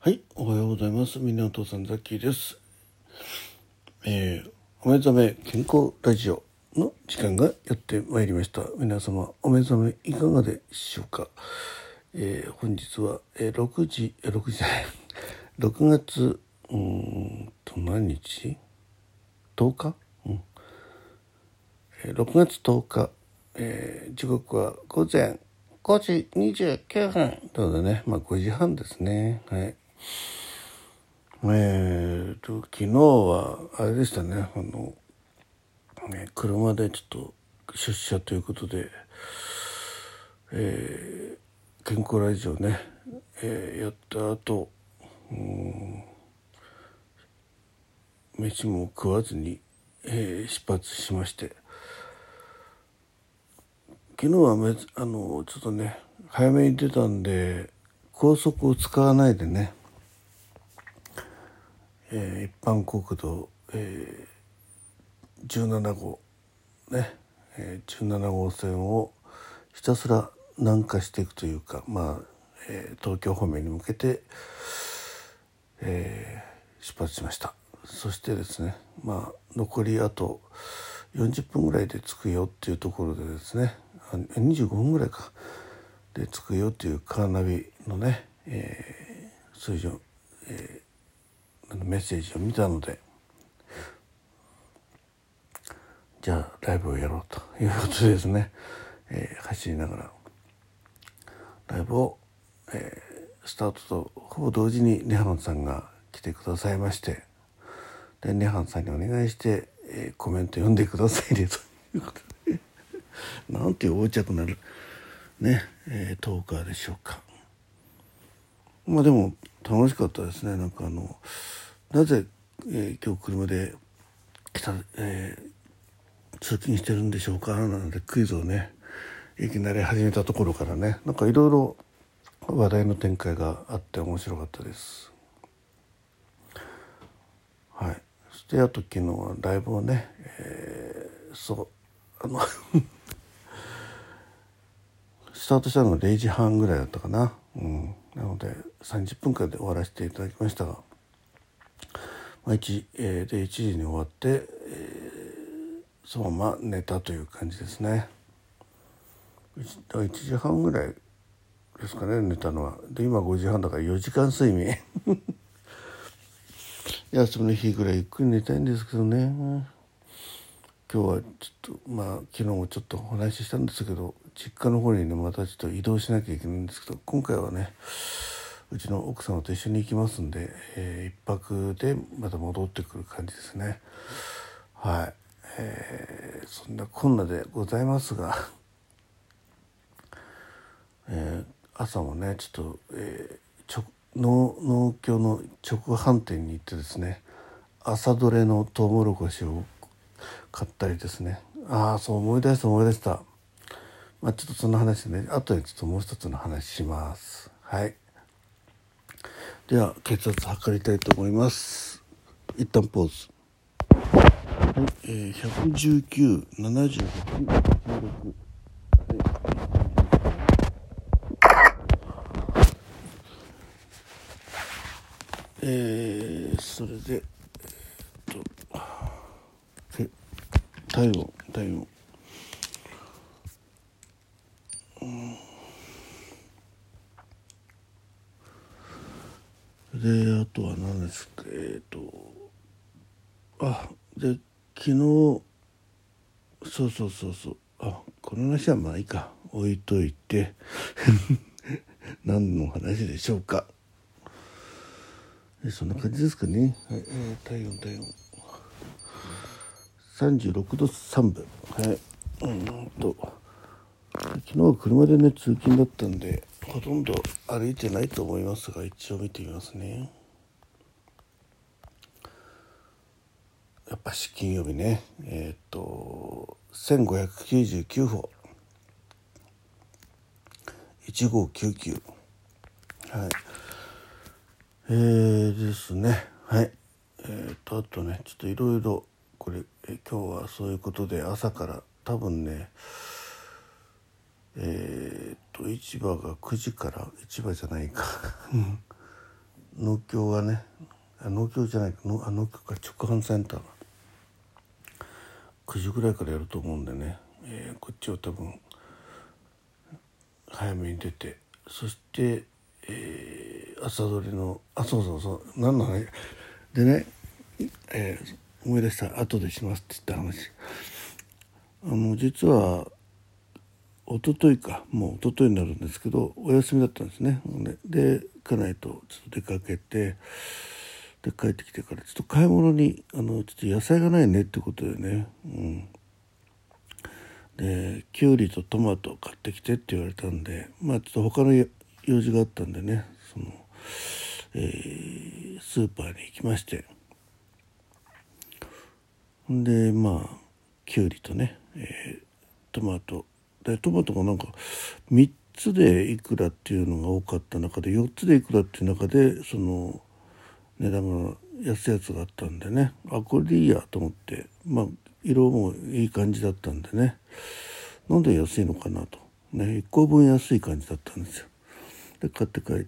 はい、おはようございます。みんなお父さんザッキーです。お目覚め健康ラジオの時間がやってまいりました。皆様お目覚めいかがでしょうか。本日は、6時じゃない6月何日 ?10 日、6月10日、時刻は午前5時29分ということでね、5時半ですね。はい。昨日はあれでしたね、車でちょっと出社ということで、健康ラジオね、やった後、飯も食わずに、出発しまして、昨日はちょっとね早めに出たんで高速を使わないでね、一般国道、17号ね、17号線をひたすら南下していくというか、東京方面に向けて、出発しました。そしてですね、残りあと40分ぐらいで着くよっていうところでですね、25分ぐらいかで着くよっていうカーナビのね、数字を、メッセージを見たので、じゃあライブをやろうということでですね、走りながらライブを、スタートとほぼ同時にネハンさんが来てくださいまして、でネハンさんにお願いして、コメント読んでくださいねということでなんて横着なるね、トーカーでしょうか。でも楽しかったですね。なぜ、今日車で来た、通勤してるんでしょうかなんてクイズをねいきなり始めたところからね、いろいろ話題の展開があって面白かったです。はい。そしてあと昨日はライブをね、スタートしたのが0時半ぐらいだったかな。なので30分間で終わらせていただきましたが、1時に終わって、そのまま寝たという感じですね。1時半ぐらいですかね、寝たのは。で今5時半だから4時間睡眠休みの日ぐらいゆっくり寝たいんですけどね。今日はちょっと昨日もちょっとお話ししたんですけど、実家の方にねまたちょっと移動しなきゃいけないんですけど、今回はねうちの奥様と一緒に行きますんで、一泊でまた戻ってくる感じですね。はい、そんなこんなでございますが、朝もねちょっと、農協の直販店に行ってですね、朝どれのトウモロコシを買ったりですね。そう思い出した。ちょっとその話ね後でちょっともう一つの話します。はい。では血圧測りたいと思います。一旦ポーズ。はい、119、76、16。それで、体温。で、あとは何ですか、で、昨日、そう。この話はないか。置いといて。何の話でしょうか。そんな感じですかね。はい、体温。36度3分。はい。昨日は車でね通勤だったんでほとんど歩いてないと思いますが、一応見てみますね。やっぱし金曜日ね、1599歩1599。はい。ですね。はい。あとねちょっといろいろこれ、今日はそういうことで朝から多分ね市場が9時から、市場じゃないか農協がね、農協じゃないか、農協か、直販センターが9時ぐらいからやると思うんでね、こっちは多分早めに出て、そして、朝取りのそう何の話でね、思い出した、後でしますって言った話、実は一昨日になるんですけど、お休みだったんですね。で家内とちょっと出かけて、で帰ってきてからちょっと買い物にちょっと野菜がないねってことでね、できゅうりとトマトを買ってきてって言われたんで、ちょっと他の用事があったんでね、スーパーに行きまして、できゅうりとね、トマトがなんか3つでいくらっていうのが多かった中で、4つでいくらっていう中でその値段が安いやつがあったんでね、これでいいやと思って、色もいい感じだったんでね、なんで安いのかなとね、1個分安い感じだったんですよ。で買って帰って、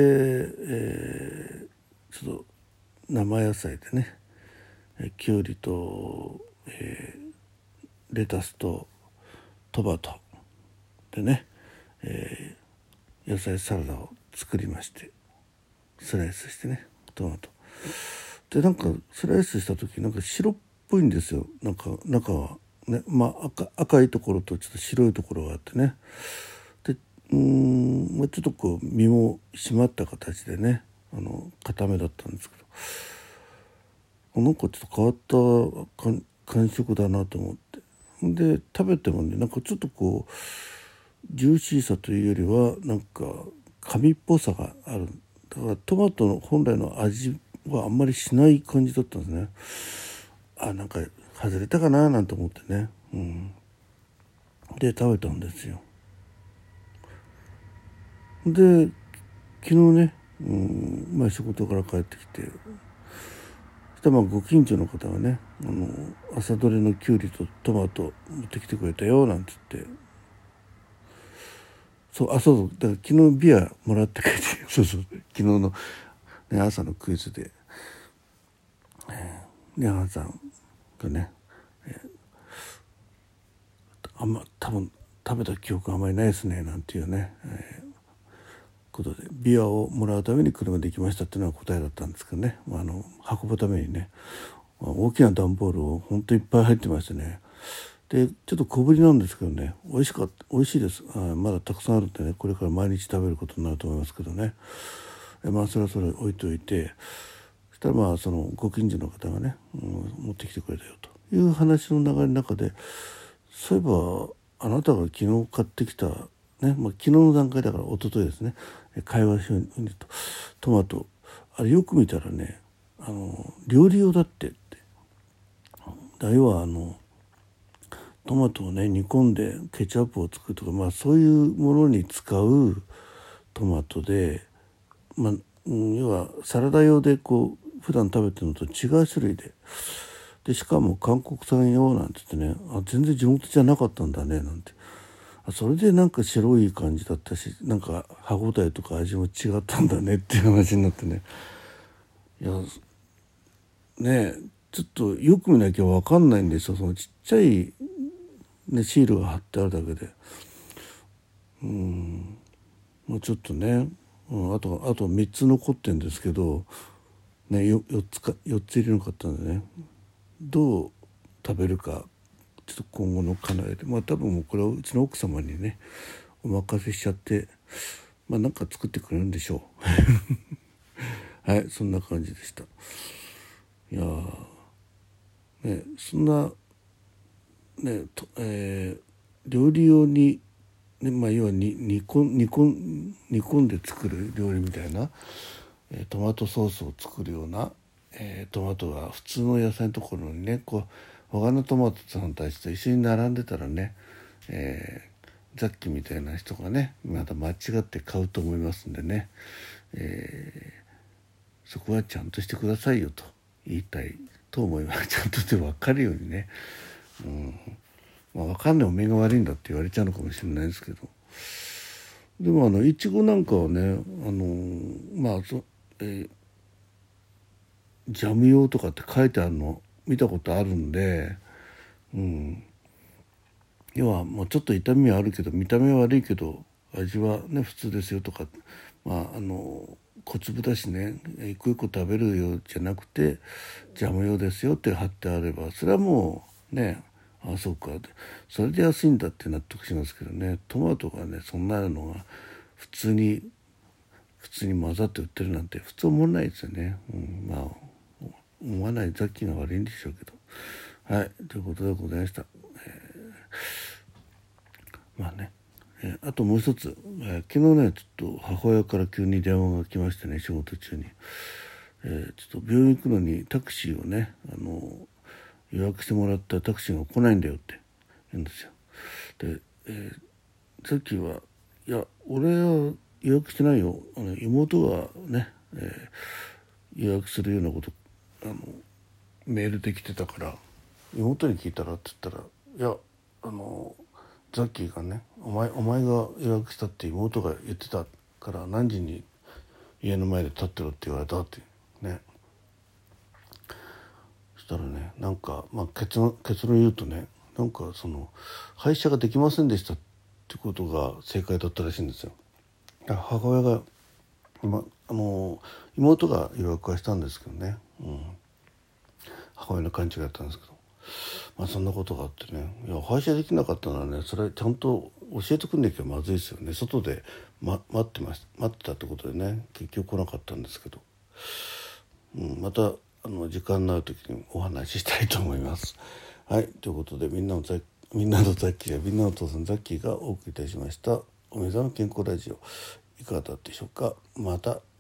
で、ちょっと生野菜でね、きゅうりと、レタスとトマトでね、野菜サラダを作りまして、スライスしてね、トマトで、なんかスライスした時なんか白っぽいんですよ。なんか中はね、赤いところとちょっと白いところがあってね、でちょっとこう身も締まった形でね、固めだったんですけど、なんかちょっと変わった感触だなと思って、で食べてもね、なんかちょっとこうジューシーさというよりはなんか紙っぽさがある。だからトマトの本来の味はあんまりしない感じだったんですね。なんか外れたかななんて思ってね、で食べたんですよ。で昨日ね、仕事から帰ってきて、そしたらご近所の方がね、朝どれのきゅうりとトマト持ってきてくれたよなんて言って、そうだから昨日ビアもらって帰って昨日の、ね、朝のクイズで、母さんがね、多分食べた記憶あんまりないですねなんていうね、ことでビアをもらうために車で行きましたっていうのが答えだったんですけどね、運ぶためにね、大きな段ボールを本当にいっぱい入ってましてね、でちょっと小ぶりなんですけどね、美味しいです。まだたくさんあるんでね、これから毎日食べることになると思いますけどね、それはそれ置いといて、そしたらそのご近所の方がね、持ってきてくれたよという話の流れの中で、そういえばあなたが昨日買ってきたね、昨日の段階だから一昨日ですね、会話書にとトマト、あれよく見たらね、料理用だって要はトマトをね煮込んでケチャップを作るとか、そういうものに使うトマトで、要はサラダ用でこう普段食べてるのと違う種類でしかも韓国産用なんて言ってね、全然地元じゃなかったんだねなんて、それでなんか白い感じだったし、なんか歯ごたえとか味も違ったんだねっていう話になってね、いやね、ちょっとよく見なきゃ分かんないんですよ。そのちっちゃい、シールが貼ってあるだけで、もうちょっとね、あと3つ残ってるんですけど、4つ入れなかったんでね、どう食べるかちょっと今後の課題で、多分もうこれはうちの奥様にねお任せしちゃって、なんか作ってくれるんでしょうはい、そんな感じでした。いやそんなね料理用に、要は煮込んで作る料理みたいな、トマトソースを作るような、トマトが普通の野菜のところにね、こう他のトマトさんたちと一緒に並んでたらね、ザッキみたいな人がねまた間違って買うと思いますんでね、そこはちゃんとしてくださいよと言いたいと思います。ちゃんとして分かるようにね、分かんないおめえが悪いんだって言われちゃうのかもしれないですけど、でもいちごなんかはね、 ジャム用とかって書いてあるの見たことあるんで、要はもうちょっと痛みはあるけど見た目は悪いけど味はね普通ですよとか、小粒だしね一個一個食べるようじゃなくてジャム用ですよって貼ってあればそれはもうねそうかそれで安いんだって納得しますけどね。トマトがねそんなのが普通に混ざって売ってるなんて普通思わないですよね。思わないザッキーが悪いんでしょうけど。はいということでございました。あともう一つ、昨日ねちょっと母親から急に電話が来ましてね仕事中に、ちょっと病院行くのにタクシーをね予約してもらったタクシーが来ないんだよって言うんですよ。で、さっきはいや俺は予約してないよ妹がね、予約するようなことメールできてたから妹に聞いたらって言ったらいやザッキーがねお前が予約したって妹が言ってたから何時に家の前で立ってろって言われたってね。そしたらねなんか、結論言うとねなんか配車ができませんでしたってことが正解だったらしいんですよ。母親が妹が予約はしたんですけどね、母親の勘違いだったんですけど、そんなことがあってねいや配車できなかったならねそれちゃんと教えてくんなきゃまずいですよね。外で、待ってたってことでね結局来なかったんですけど、また時間のある時にお話ししたいと思います。はいということでみんなのザッキーやみんなのお父さんザッキーがお送りいたしましたおめざの健康ラジオいかがだったでしょうか。また